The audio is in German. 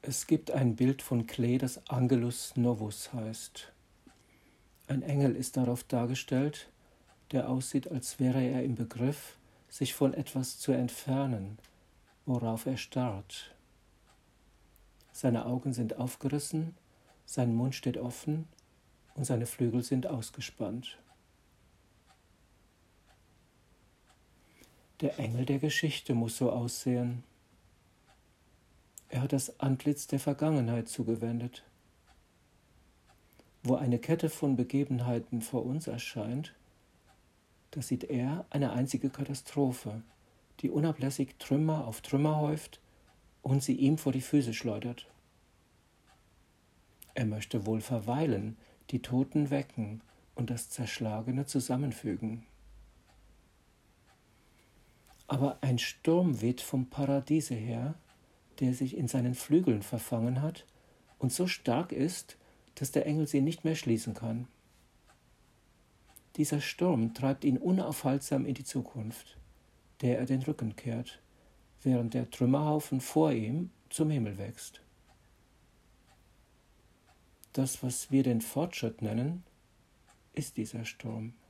Es gibt ein Bild von Klee, das Angelus Novus heißt. Ein Engel ist darauf dargestellt, der aussieht, als wäre er im Begriff, sich von etwas zu entfernen, worauf er starrt. Seine Augen sind aufgerissen, sein Mund steht offen und seine Flügel sind ausgespannt. Der Engel der Geschichte muss so aussehen. Er hat das Antlitz der Vergangenheit zugewendet. Wo eine Kette von Begebenheiten vor uns erscheint, da sieht er eine einzige Katastrophe, die unablässig Trümmer auf Trümmer häuft und sie ihm vor die Füße schleudert. Er möchte wohl verweilen, die Toten wecken und das Zerschlagene zusammenfügen. Aber ein Sturm weht vom Paradiese her, der sich in seinen Flügeln verfangen hat und so stark ist, dass der Engel sie nicht mehr schließen kann. Dieser Sturm treibt ihn unaufhaltsam in die Zukunft, der er den Rücken kehrt, während der Trümmerhaufen vor ihm zum Himmel wächst. Das, was wir den Fortschritt nennen, ist dieser Sturm.